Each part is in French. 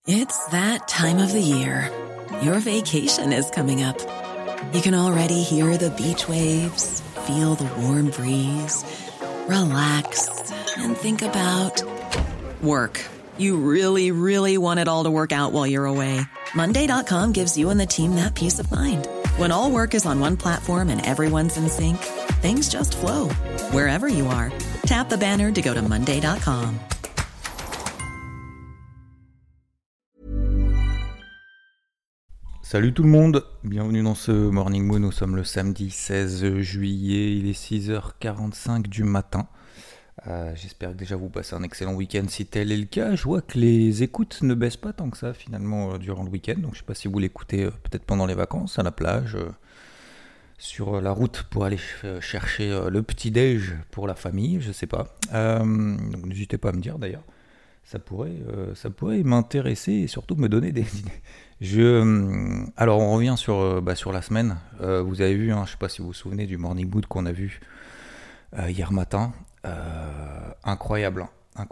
It's that time of the year. Your vacation is coming up. You can already hear the beach waves, feel the warm breeze, relax, and think about work. You really, really want it all to work out while you're away. Monday.com gives you and the team that peace of mind. When all work is on one platform and everyone's in sync, things just flow. Wherever you are, tap the banner to go to Monday.com. Salut tout le monde, bienvenue dans ce Morning Moon. Nous sommes le samedi 16 juillet, il est 6h45 du matin. J'espère que déjà vous passez un excellent week-end si tel est le cas. Je vois que les écoutes ne baissent pas tant que ça finalement durant le week-end. Donc je sais pas si vous l'écoutez peut-être pendant les vacances, à la plage, sur la route pour aller chercher le petit-déj pour la famille, je sais pas. Donc n'hésitez pas à me dire d'ailleurs. Ça pourrait m'intéresser et surtout me donner des idées. Alors on revient sur la semaine. Vous avez vu, je ne sais pas si vous vous souvenez du Morning Mood qu'on a vu hier matin. Incroyable.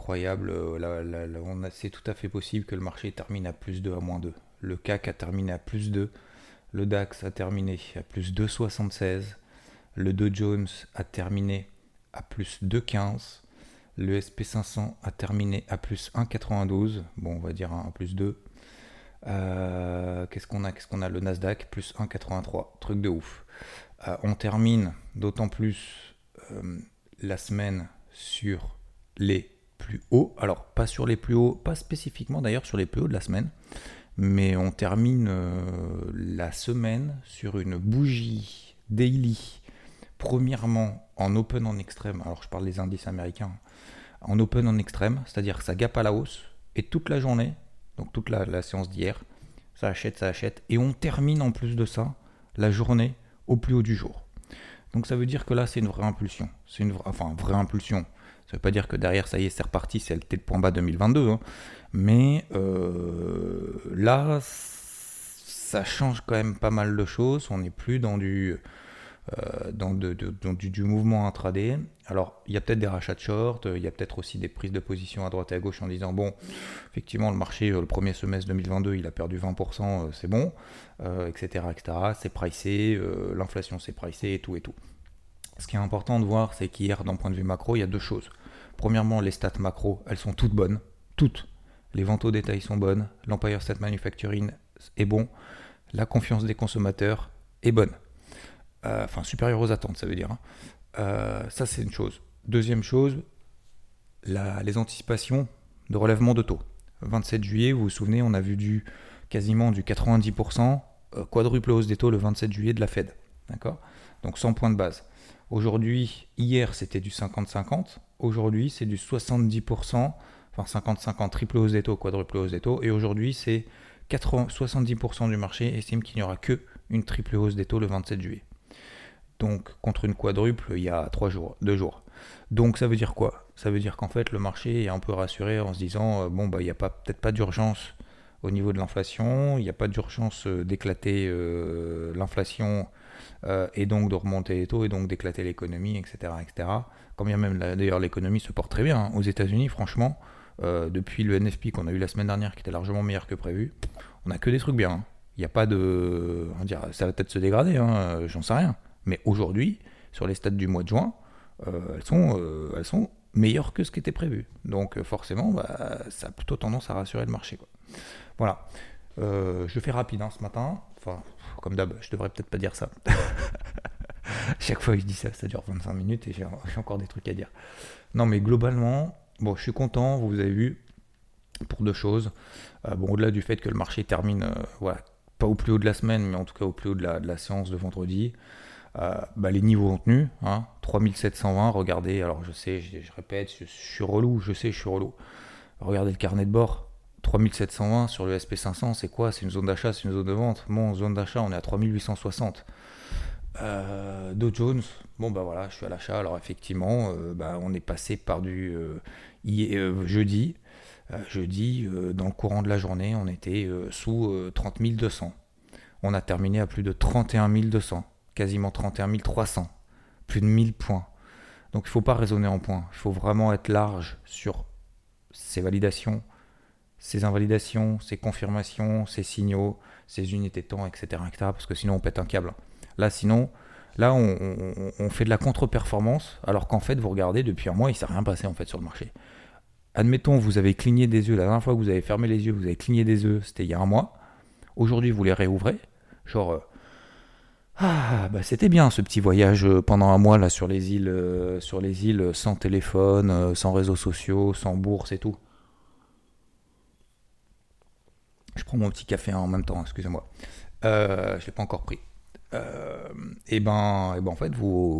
C'est tout à fait possible que le marché termine à plus 2 à moins 2. Le CAC a terminé à plus 2. Le DAX a terminé à plus 2,76. Le Dow Jones a terminé à plus 2,15. Le SP500 a terminé à plus 1,92. Bon, on va dire un plus 2. Qu'est-ce qu'on a Le Nasdaq, plus 1,83. Truc de ouf. On termine d'autant plus la semaine sur les plus hauts. Alors, pas sur les plus hauts, pas spécifiquement d'ailleurs sur les plus hauts de la semaine. Mais on termine la semaine sur une bougie daily. Premièrement, en open en extrême. Alors, je parle des indices américains. En open en extrême, c'est-à-dire que ça gappe à la hausse, et toute la journée, donc toute la séance d'hier, ça achète, et on termine en plus de ça, la journée au plus haut du jour. Donc ça veut dire que là, c'est une vraie impulsion. Vraie impulsion. Ça veut pas dire que derrière, ça y est, c'est reparti, c'est le T de point bas 2022, hein. Mais là, ça change quand même pas mal de choses, on n'est plus dans du mouvement intraday. Alors il y a peut-être des rachats de short, il y a peut-être aussi des prises de position à droite et à gauche en disant bon, effectivement le marché le premier semestre 2022 il a perdu 20%, c'est bon, etc., c'est pricé, l'inflation c'est pricé et tout. Ce qui est important de voir, c'est qu'hier d'un point de vue macro il y a deux choses. Premièrement, les stats macro elles sont toutes bonnes, toutes. Les ventes au détail sont bonnes, l'Empire State Manufacturing est bon, la confiance des consommateurs est bonne. Supérieur aux attentes, ça veut dire. Ça, c'est une chose. Deuxième chose, les anticipations de relèvement de taux. 27 juillet, vous vous souvenez, on a vu quasiment du 90%, quadruple hausse des taux le 27 juillet de la Fed. D'accord ? Donc 100 points de base. Aujourd'hui, hier, c'était du 50-50. Aujourd'hui, c'est du 70%, 50-50, triple hausse des taux, quadruple hausse des taux. Et aujourd'hui, c'est 70% du marché estime qu'il n'y aura que une triple hausse des taux le 27 juillet. Donc contre une quadruple il y a 2 jours. Donc ça veut dire quoi ? Ça veut dire qu'en fait le marché est un peu rassuré en se disant il n'y a peut-être pas d'urgence au niveau de l'inflation, il n'y a pas d'urgence d'éclater l'inflation et donc de remonter les taux et donc d'éclater l'économie, etc. Quand bien même d'ailleurs l'économie se porte très bien, hein. Aux États-Unis, franchement, depuis le NFP qu'on a eu la semaine dernière qui était largement meilleur que prévu, on n'a que des trucs bien, hein. Il n'y a pas de... On va dire, ça va peut-être se dégrader, hein, j'en sais rien. Mais aujourd'hui, sur les stats du mois de juin, elles sont meilleures que ce qui était prévu. Donc forcément, ça a plutôt tendance à rassurer le marché, quoi. Voilà. Je fais rapide ce matin. Enfin, comme d'hab, je devrais peut-être pas dire ça. Chaque fois que je dis ça, ça dure 25 minutes et j'ai encore des trucs à dire. Non, mais globalement, je suis content, vous avez vu, pour deux choses. Au-delà du fait que le marché termine, pas au plus haut de la semaine, mais en tout cas au plus haut de la séance de vendredi. Les niveaux ont tenu, 3720, regardez, alors je sais, je répète, je suis relou. Regardez le carnet de bord, 3720 sur le SP500, c'est quoi ? C'est une zone d'achat, c'est une zone de vente. Bon, zone d'achat, on est à 3860. Dow Jones, je suis à l'achat, alors effectivement, on est passé par du jeudi, dans le courant de la journée, on était sous 30 200. On a terminé à plus de 31 200. Quasiment 31 300, plus de 1000 points. Donc il ne faut pas raisonner en points, il faut vraiment être large sur ces validations, ces invalidations, ces confirmations, ces signaux, ces unités de temps, etc., parce que sinon on pète un câble. Là, on fait de la contre-performance, alors qu'en fait, vous regardez, depuis un mois, il ne s'est rien passé en fait sur le marché. Admettons, vous avez cligné des yeux, la dernière fois que vous avez fermé les yeux, vous avez cligné des yeux, c'était il y a un mois. Aujourd'hui, vous les réouvrez. Genre, c'était bien ce petit voyage pendant un mois là sur les îles sans téléphone, sans réseaux sociaux, sans bourse et tout. Je prends mon petit café en même temps, excusez-moi. Je ne l'ai pas encore pris. En fait,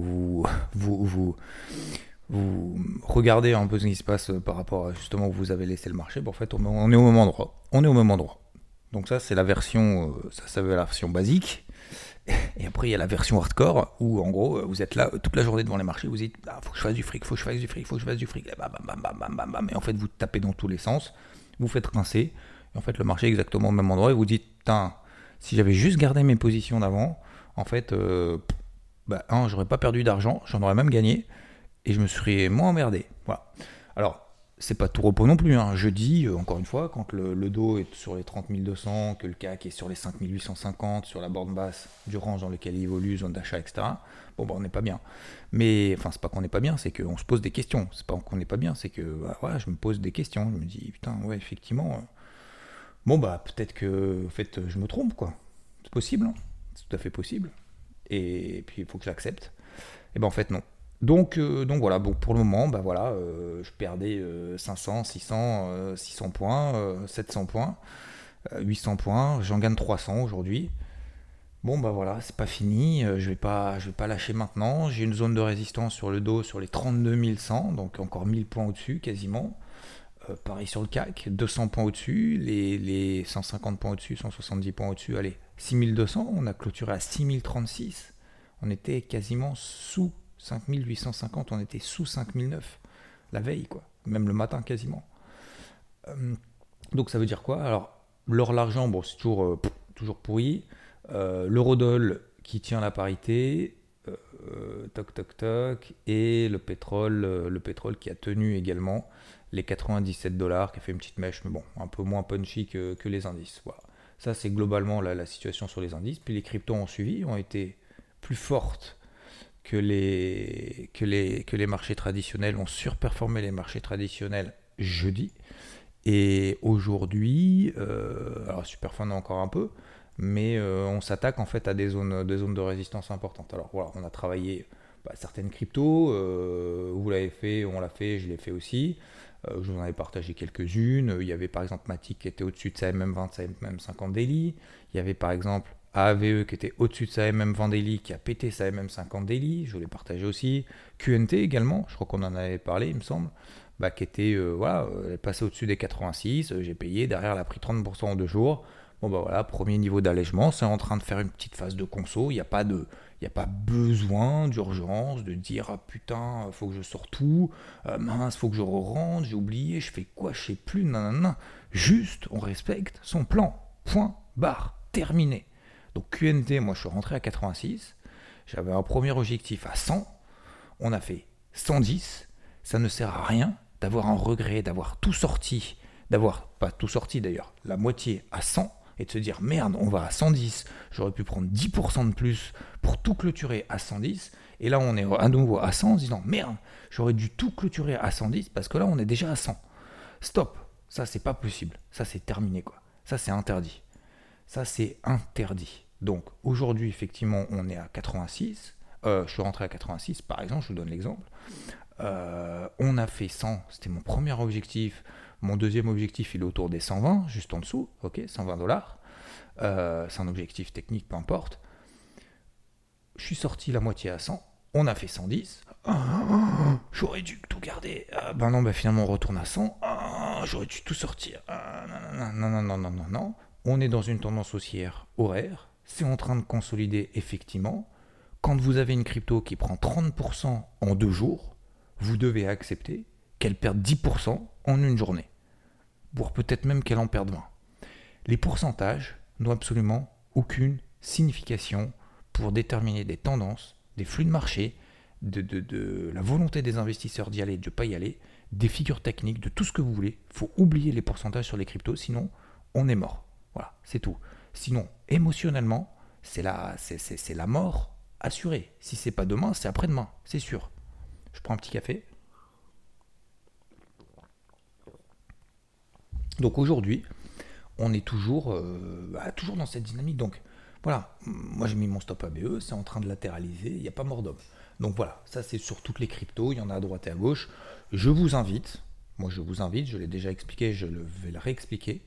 vous regardez un peu ce qui se passe par rapport à justement où vous avez laissé le marché. Bon, en fait, on est au même endroit. On est au même endroit. Donc ça, c'est la version, ça veut la version basique. Et après, il y a la version hardcore où, en gros, vous êtes là toute la journée devant les marchés. Vous dites, faut que je fasse du fric, faut que je fasse du fric, faut que je fasse du fric. Et bam, bam, bam, bam, bam, bam. Et en fait, vous tapez dans tous les sens. Vous faites rincer. Et en fait, le marché est exactement au même endroit. Et vous dites, putain, si j'avais juste gardé mes positions d'avant, en fait, j'aurais pas perdu d'argent, j'en aurais même gagné. Et je me serais moins emmerdé. Voilà. Alors, c'est pas tout repos non plus. Jeudi, encore une fois, quand le dos est sur les 30 200, que le CAC est sur les 5 850, sur la borne basse du range dans lequel il évolue, zone d'achat, etc. On n'est pas bien. Mais, enfin, c'est pas qu'on n'est pas bien, c'est qu'on se pose des questions. C'est pas qu'on n'est pas bien, c'est que je me pose des questions. Je me dis, putain, ouais, effectivement. Peut-être que, en fait, je me trompe, quoi. C'est possible, hein. C'est tout à fait possible. Et puis, il faut que j'accepte. Et en fait, non. Donc voilà, pour le moment, je perdais 500, 600 points, 700 points, 800 points, j'en gagne 300 aujourd'hui. C'est pas fini, je vais pas lâcher maintenant. J'ai une zone de résistance sur le dos sur les 32 100, donc encore 1000 points au-dessus quasiment. Pareil sur le CAC, 200 points au-dessus, les 150 points au-dessus, 170 points au-dessus, allez, 6200, on a clôturé à 6036, on était quasiment sous 5850, on était sous 5009 la veille, quoi, même le matin quasiment. Donc ça veut dire quoi? Alors, l'or, l'argent, c'est toujours pourri. L'eurodoll qui tient la parité, toc toc toc, et le pétrole qui a tenu également les 97 $, qui a fait une petite mèche, mais bon, un peu moins punchy que les indices. Voilà. Ça, c'est globalement la situation sur les indices. Puis les cryptos ont suivi, ont été plus fortes que les marchés traditionnels, ont surperformé les marchés traditionnels jeudi. Et aujourd'hui, alors surperformant encore un peu, mais on s'attaque en fait à des zones de résistance importantes. Alors voilà, on a travaillé certaines cryptos, vous l'avez fait, on l'a fait, je l'ai fait aussi. Je vous en avais partagé quelques-unes. Il y avait par exemple Matic qui était au-dessus de sa MM20, sa MM50 daily. Il y avait par exemple AAVE qui était au-dessus de sa MM20 daily, qui a pété sa MM50 daily. Je vous l'ai partagé aussi. QNT également, je crois qu'on en avait parlé, il me semble. Qui était elle est passée au-dessus des 86. J'ai payé, derrière elle a pris 30% en 2 jours. Premier niveau d'allègement, c'est en train de faire une petite phase de conso. Il n'y a pas besoin d'urgence de dire ah putain, faut que je sorte tout, mince, faut que je re-rentre, j'ai oublié, je fais quoi, je sais plus, nanana. Juste, on respecte son plan. Point, barre, terminé. Donc QNT, moi je suis rentré à 86, j'avais un premier objectif à 100, on a fait 110, ça ne sert à rien d'avoir un regret, d'avoir tout sorti, d'avoir, pas tout sorti d'ailleurs, la moitié à 100, et de se dire merde, on va à 110, j'aurais pu prendre 10% de plus pour tout clôturer à 110, et là on est à nouveau à 100 en se disant merde, j'aurais dû tout clôturer à 110 parce que là on est déjà à 100. Stop, ça c'est pas possible, ça c'est terminé quoi, ça c'est interdit. Ça c'est interdit. Donc aujourd'hui effectivement on est à 86, je suis rentré à 86 par exemple, je vous donne l'exemple. On a fait 100, c'était mon premier objectif. Mon deuxième objectif, il est autour des 120, juste en dessous, ok, 120 $. C'est un objectif technique, peu importe. Je suis sorti la moitié à 100, on a fait 110. J'aurais dû tout garder. Finalement, on retourne à 100. J'aurais dû tout sortir. Non. On est dans une tendance haussière horaire. C'est en train de consolider effectivement. Quand vous avez une crypto qui prend 30% en 2 jours, vous devez accepter qu'elle perde 10% en une journée. Voire peut-être même qu'elle en perde 20. Les pourcentages n'ont absolument aucune signification pour déterminer des tendances, des flux de marché, de la volonté des investisseurs d'y aller, de ne pas y aller, des figures techniques, de tout ce que vous voulez. Il faut oublier les pourcentages sur les cryptos, sinon on est mort. Voilà, c'est tout. Sinon, émotionnellement, c'est la mort assurée. Si c'est pas demain, c'est après-demain, c'est sûr. Je prends un petit café. Donc aujourd'hui, on est toujours dans cette dynamique. Donc voilà, moi j'ai mis mon stop ABE, c'est en train de latéraliser, il n'y a pas mort d'homme. Donc voilà, ça c'est sur toutes les cryptos, il y en a à droite et à gauche. Je vous invite, je l'ai déjà expliqué, vais le réexpliquer,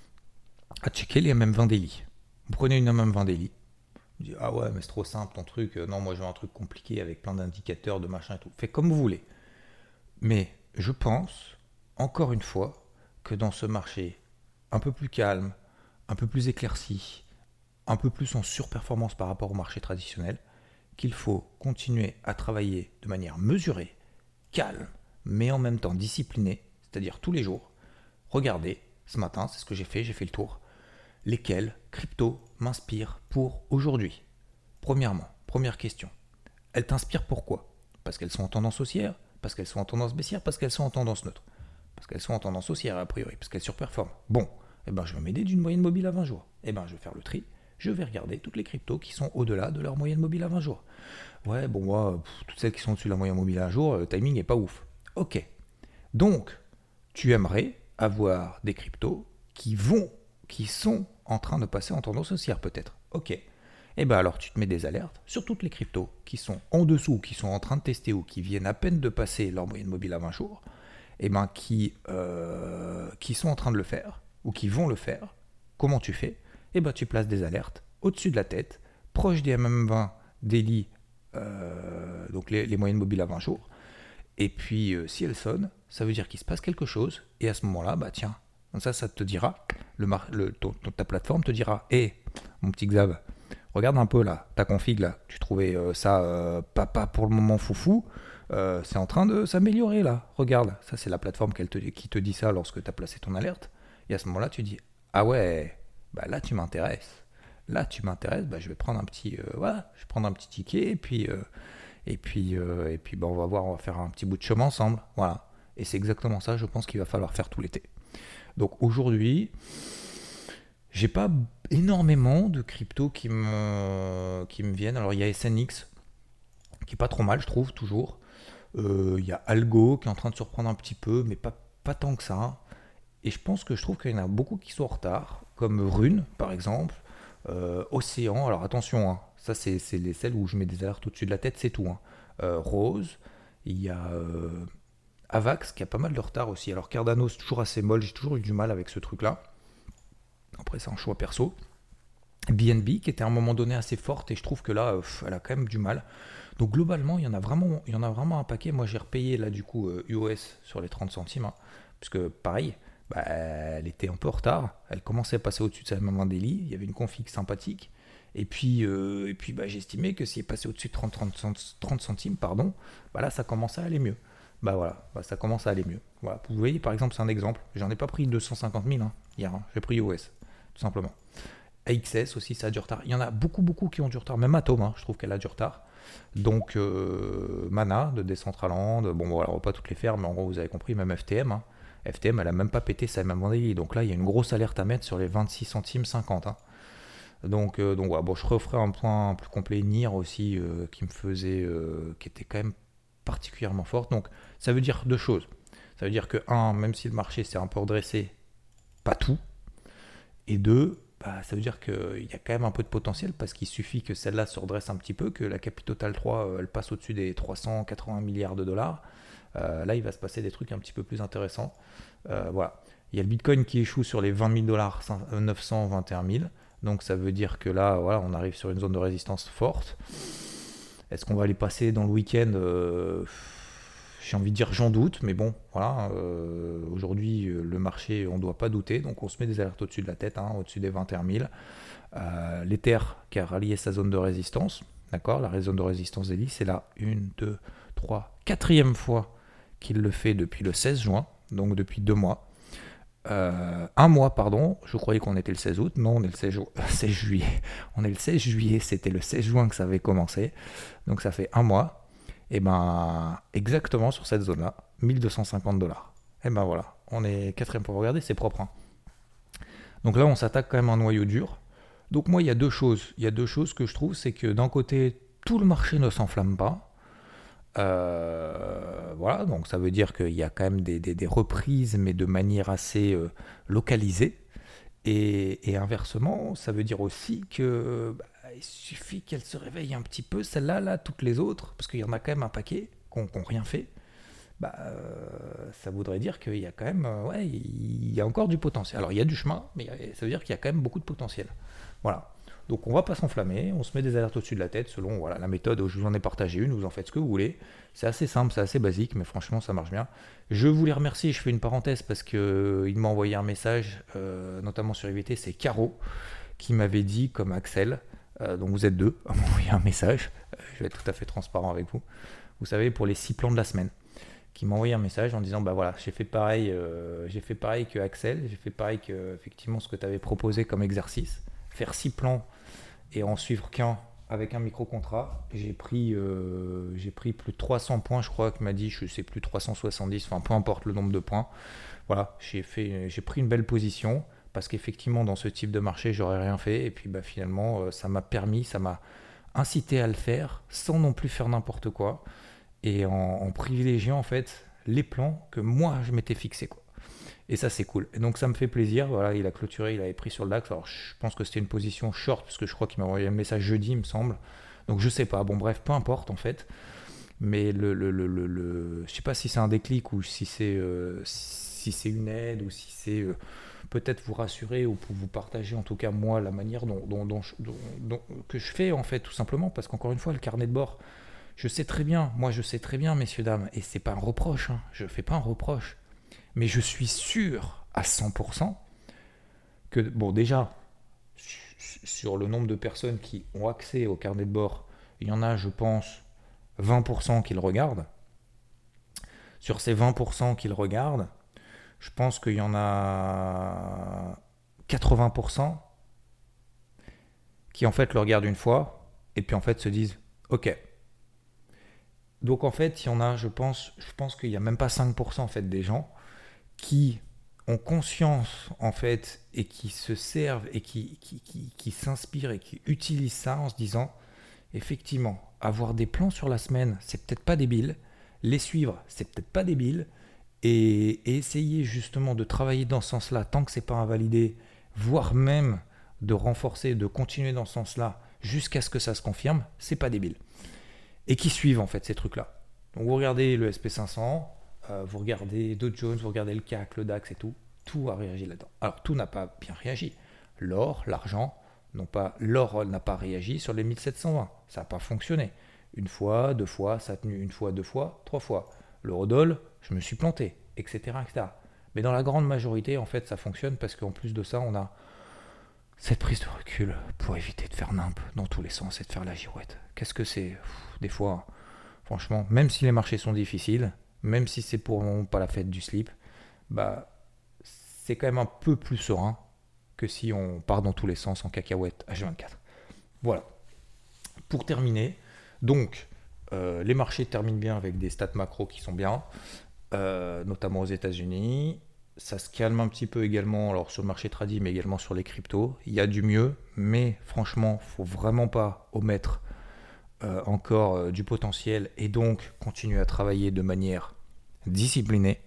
à checker les MM20 daily. Vous prenez une MM20 daily, vous dites ah ouais mais c'est trop simple ton truc, non moi je veux un truc compliqué avec plein d'indicateurs, de machin et tout. Faites comme vous voulez. Mais je pense, encore une fois, que dans ce marché un peu plus calme, un peu plus éclairci, un peu plus en surperformance par rapport au marché traditionnel, qu'il faut continuer à travailler de manière mesurée, calme, mais en même temps disciplinée, c'est-à-dire tous les jours. Regardez, ce matin, c'est ce que j'ai fait le tour. Lesquelles cryptos m'inspirent pour aujourd'hui? Premièrement, première question. Elles t'inspirent pourquoi? Parce qu'elles sont en tendance haussière, parce qu'elles sont en tendance baissière, parce qu'elles sont en tendance neutre. Parce qu'elles sont en tendance haussière a priori, parce qu'elles surperforment. Bon, je vais m'aider d'une moyenne mobile à 20 jours. Je vais faire le tri, je vais regarder toutes les cryptos qui sont au-delà de leur moyenne mobile à 20 jours. Ouais, bon, moi, toutes celles qui sont au-dessus de la moyenne mobile à 1 jour, le timing n'est pas ouf. Ok. Donc, tu aimerais avoir des cryptos qui sont en train de passer en tendance haussière peut-être. Ok. Alors tu te mets des alertes sur toutes les cryptos qui sont en dessous, qui sont en train de tester ou qui viennent à peine de passer leur moyenne mobile à 20 jours, qui sont en train de le faire ou qui vont le faire. Comment tu fais? Tu places des alertes au-dessus de la tête, proche des MM20 daily, donc les moyennes mobiles à 20 jours. Et puis, si elles sonnent, ça veut dire qu'il se passe quelque chose. Et à ce moment-là, tiens, ça te dira, ta plateforme te dira, mon petit Xav, regarde un peu là, ta config là, tu trouvais ça pas pour le moment foufou, c'est en train de s'améliorer là, regarde, ça c'est la plateforme qui te dit ça lorsque tu as placé ton alerte. Et à ce moment-là, tu dis, ah ouais, là tu m'intéresses. Là tu m'intéresses, je vais prendre un petit, ticket et puis, on va voir, on va faire un petit bout de chemin ensemble. Voilà. Et c'est exactement ça, je pense qu'il va falloir faire tout l'été. Donc aujourd'hui, j'ai pas énormément de cryptos qui me viennent. Alors il y a SNX, qui est pas trop mal, je trouve, toujours. Il y a Algo, qui est en train de surprendre un petit peu, mais pas tant que ça. Et je trouve qu'il y en a beaucoup qui sont en retard, comme Rune, par exemple. Océan, alors attention, hein, ça c'est celles où je mets des alertes au-dessus de la tête, c'est tout. Rose, il y a Avax qui a pas mal de retard aussi. Alors Cardano c'est toujours assez molle, j'ai toujours eu du mal avec ce truc-là. Après c'est un choix perso. BNB qui était à un moment donné assez forte et je trouve que là elle a quand même du mal. Donc globalement il y en a vraiment un paquet. Moi j'ai repayé là du coup UOS sur les 30 centimes, puisque pareil. Elle était un peu en retard, elle commençait à passer au-dessus de sa main daily, il y avait une config sympathique, et puis j'estimais que si elle passait au-dessus de 30 centimes, là ça commençait à aller mieux. Ça commence à aller mieux. Voilà. Vous voyez par exemple, c'est un exemple, j'en ai pas pris 250 000 hier, j'ai pris OS, tout simplement. AXS aussi, ça a du retard, il y en a beaucoup qui ont du retard, même Atom, je trouve qu'elle a du retard. Donc Mana de Decentraland, on va pas toutes les faire, mais en gros vous avez compris, même FTM, FTM, elle a même pas pété sa même daily. Donc là, il y a une grosse alerte à mettre sur les 26 centimes 50. Donc voilà, je referai un point plus complet. NIR aussi, qui était quand même particulièrement forte. Donc ça veut dire deux choses. Ça veut dire que, même si le marché s'est un peu redressé, pas tout. Et deux, ça veut dire qu'il y a quand même un peu de potentiel parce qu'il suffit que celle-là se redresse un petit peu, que la Capital 3, elle passe au-dessus des 380 milliards de dollars. Là, il va se passer des trucs un petit peu plus intéressants. Voilà. Il y a le Bitcoin qui échoue sur les 20 000 dollars, 921 000. Donc ça veut dire que là, voilà, on arrive sur une zone de résistance forte. Est-ce qu'on va les passer dans le week-end? J'ai envie de dire j'en doute, mais bon, voilà. Aujourd'hui, le marché, on ne doit pas douter. Donc on se met des alertes au-dessus de la tête, au-dessus des 21 000. L'Ether qui a rallié sa zone de résistance. D'accord, la zone de résistance daily, c'est la 1, 2, 3, 4e fois qu'il le fait depuis le 16 juin, donc depuis 2 mois. Un mois, pardon, je croyais qu'on était le 16 août, non, on est le 16 juillet. On est le 16 juillet, c'était le 16 juin que ça avait commencé, donc ça fait 1 mois. Et exactement sur cette zone-là, $1 250. Et ben voilà, on est quatrième pour regarder, c'est propre. Hein. Donc là, on s'attaque quand même à un noyau dur. Donc moi, il y a deux choses. Il y a deux choses que je trouve, c'est que d'un côté, tout le marché ne s'enflamme pas. Voilà, donc ça veut dire qu'il y a quand même des reprises, mais de manière assez localisée. Et inversement, ça veut dire aussi que il suffit qu'elle se réveille un petit peu, celle-là, là, toutes les autres, parce qu'il y en a quand même un paquet qui n'ont rien fait. Ça voudrait dire qu'il y a quand même, ouais, il y a encore du potentiel. Alors il y a du chemin, mais ça veut dire qu'il y a quand même beaucoup de potentiel. Voilà. Donc on va pas s'enflammer, on se met des alertes au-dessus de la tête selon voilà, la méthode. Je vous en ai partagé une, vous en faites ce que vous voulez. C'est assez simple, c'est assez basique, mais franchement ça marche bien. Je voulais remercier, je fais une parenthèse parce qu'il m'a envoyé un message, notamment sur IVT, c'est Caro qui m'avait dit, comme Axel, donc vous êtes deux à m'envoyer un message, je vais être tout à fait transparent avec vous. Vous savez, pour les 6 plans de la semaine, qui m'a envoyé un message en disant bah voilà, j'ai fait pareil que Axel, j'ai fait pareil que effectivement ce que tu avais proposé comme exercice, faire 6 plans et en suivre qu'un avec un micro-contrat. J'ai pris plus de 300 points, je crois, qu'il m'a dit, je sais plus, 370, enfin peu importe le nombre de points. Voilà, j'ai pris une belle position parce qu'effectivement dans ce type de marché j'aurais rien fait et puis finalement ça m'a incité à le faire sans non plus faire n'importe quoi et en privilégiant en fait les plans que moi je m'étais fixé quoi. Et ça c'est cool. Et donc ça me fait plaisir. Voilà, il a clôturé, il avait pris sur le DAX. Alors je pense que c'était une position short parce que je crois qu'il m'a envoyé un message jeudi, il me semble. Donc je sais pas. Bon bref, peu importe en fait. Mais je sais pas si c'est un déclic ou si c'est une aide ou si c'est peut-être vous rassurer ou pour vous partager en tout cas moi la manière que je fais en fait tout simplement parce qu'encore une fois le carnet de bord. Je sais très bien, messieurs, dames, et c'est pas un reproche, hein, je fais pas un reproche, mais je suis sûr à 100% que, bon, déjà, sur le nombre de personnes qui ont accès au carnet de bord, il y en a, je pense, 20% qui le regardent. Sur ces 20% qui le regardent, je pense qu'il y en a 80% qui, en fait, le regardent une fois, et puis, en fait, se disent, ok. Donc en fait, il y en a, je pense qu'il n'y a même pas 5% en fait des gens qui ont conscience en fait et qui se servent et qui s'inspirent et qui utilisent ça en se disant effectivement, avoir des plans sur la semaine, c'est peut-être pas débile, les suivre, c'est peut-être pas débile et essayer justement de travailler dans ce sens-là tant que c'est pas invalidé, voire même de renforcer, de continuer dans ce sens-là jusqu'à ce que ça se confirme, c'est pas débile. Et qui suivent en fait ces trucs-là. Donc vous regardez le SP500, vous regardez Dow Jones, vous regardez le CAC, le DAX et tout a réagi là-dedans. Alors tout n'a pas bien réagi. L'or, l'argent, l'or n'a pas réagi sur les 1720, ça n'a pas fonctionné. Une fois, deux fois, ça a tenu une fois, deux fois, trois fois. L'eurodoll, je me suis planté, etc., etc. Mais dans la grande majorité, en fait, ça fonctionne parce qu'en plus de ça, on a cette prise de recul pour éviter de faire nimp dans tous les sens et de faire la girouette. Qu'est-ce que c'est ? Des fois, franchement, même si les marchés sont difficiles, même si c'est pour pas la fête du slip, c'est quand même un peu plus serein que si on part dans tous les sens en cacahuète H24. Voilà. Pour terminer, donc, les marchés terminent bien avec des stats macro qui sont bien, notamment aux États-Unis. Ça se calme un petit peu également alors sur le marché trading, mais également sur les cryptos. Il y a du mieux, mais franchement, il ne faut vraiment pas omettre encore du potentiel et donc continuer à travailler de manière disciplinée.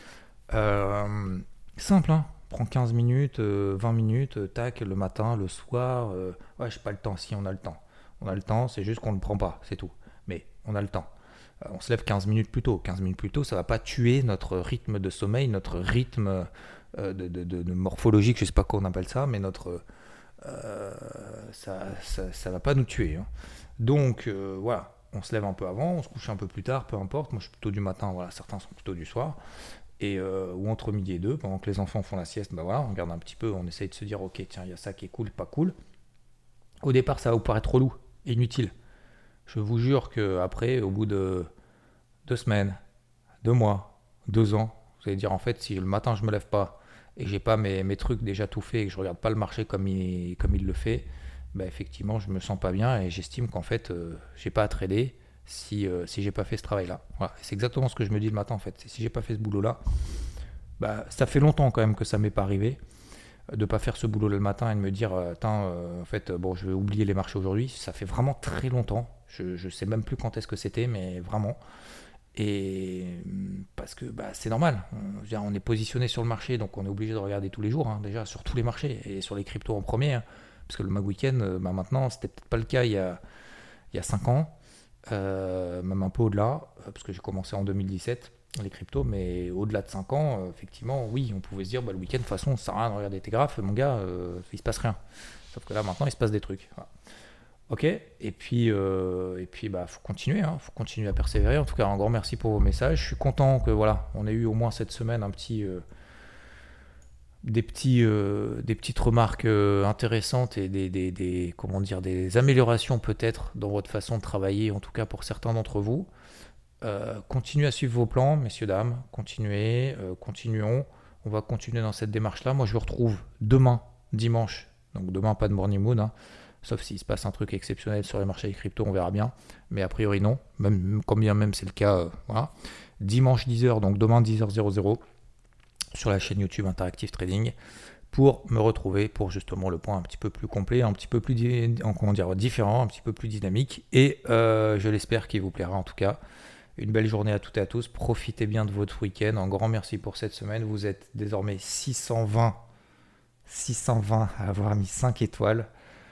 Simple, hein, prends 15 minutes, 20 minutes, tac, le matin, le soir. Ouais, j'ai pas le temps, si on a le temps. On a le temps, c'est juste qu'on ne le prend pas, c'est tout. Mais on a le temps. On se lève 15 minutes plus tôt. 15 minutes plus tôt, ça ne va pas tuer notre rythme de sommeil, notre rythme de morphologique, je ne sais pas quoi on appelle ça, mais ça ne va pas nous tuer. Hein. Donc voilà, on se lève un peu avant, on se couche un peu plus tard, peu importe. Moi je suis plutôt du matin, voilà, certains sont plutôt du soir. Ou entre midi et deux, pendant que les enfants font la sieste, voilà, on regarde un petit peu, on essaye de se dire ok, tiens, il y a ça qui est cool, pas cool. Au départ, ça va vous paraître relou, inutile. Je vous jure qu'après, au bout de 2 semaines, 2 mois, 2 ans, vous allez dire en fait, si le matin je me lève pas et que j'ai pas mes trucs déjà tout faits et que je regarde pas le marché comme il le fait, effectivement, je me sens pas bien et j'estime qu'en fait, j'ai pas à trader, si j'ai pas fait ce travail-là. Voilà. C'est exactement ce que je me dis le matin en fait. Si j'ai pas fait ce boulot-là, ça fait longtemps quand même que ça m'est pas arrivé de pas faire ce boulot-là le matin et de me dire en fait je vais oublier les marchés aujourd'hui. Ça fait vraiment très longtemps. Je sais même plus quand est-ce que c'était, mais vraiment. Et parce que c'est normal. On est positionné sur le marché, donc on est obligé de regarder tous les jours, hein, déjà sur tous les marchés et sur les cryptos en premier. Hein, parce que le Mag Weekend, maintenant, c'était peut-être pas le cas il y a 5 ans, même un peu au-delà, parce que j'ai commencé en 2017 les cryptos, mais au-delà de 5 ans, effectivement, oui, on pouvait se dire le week-end, de toute façon, ça sert à rien de regarder tes graphes, mon gars, il se passe rien. Sauf que là, maintenant, il se passe des trucs. Voilà. Ok, et puis faut continuer, hein, faut continuer à persévérer. En tout cas, un grand merci pour vos messages. Je suis content que on ait eu au moins cette semaine des petites remarques intéressantes et des améliorations peut-être dans votre façon de travailler, en tout cas pour certains d'entre vous. Continuez à suivre vos plans, messieurs, dames. Continuons. On va continuer dans cette démarche-là. Moi, je vous retrouve demain, dimanche. Donc demain, pas de morning mood, hein. Sauf s'il se passe un truc exceptionnel sur les marchés des cryptos, on verra bien. Mais a priori, non. Quand bien même c'est le cas, voilà. Dimanche 10h, donc demain 10h00, sur la chaîne YouTube Interactive Trading, pour me retrouver pour justement le point un petit peu plus complet, un petit peu plus différent, un petit peu plus dynamique. Et je l'espère qu'il vous plaira en tout cas. Une belle journée à toutes et à tous. Profitez bien de votre week-end. Un grand merci pour cette semaine. Vous êtes désormais 620 à avoir mis 5 étoiles.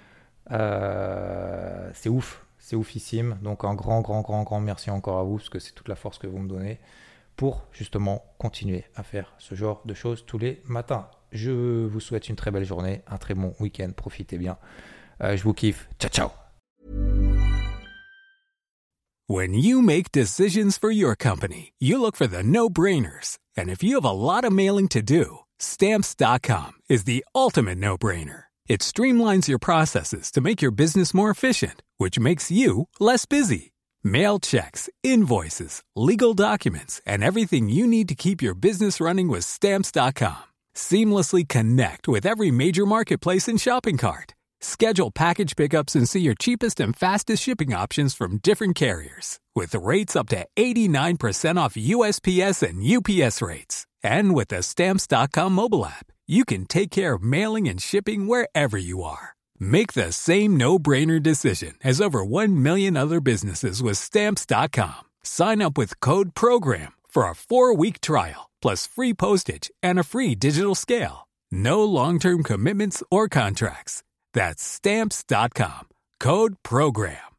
C'est ouf, c'est oufissime. Donc un grand merci encore à vous, parce que c'est toute la force que vous me donnez pour justement continuer à faire ce genre de choses tous les matins. Je vous souhaite une très belle journée, un très bon week-end, profitez bien. Je vous kiffe, ciao. When you make decisions for your company, you look for the no-brainers. And if you have a lot of mailing to do, Stamps.com is the ultimate no-brainer. It streamlines your processes to make your business more efficient, which makes you less busy. Mail checks, invoices, legal documents, and everything you need to keep your business running with Stamps.com. Seamlessly connect with every major marketplace and shopping cart. Schedule package pickups and see your cheapest and fastest shipping options from different carriers, with rates up to 89% off USPS and UPS rates. And with the Stamps.com mobile app, you can take care of mailing and shipping wherever you are. Make the same no-brainer decision as over 1 million other businesses with Stamps.com. Sign up with code PROGRAM for a 4-week trial, plus free postage and a free digital scale. No long-term commitments or contracts. That's Stamps.com. Code PROGRAM.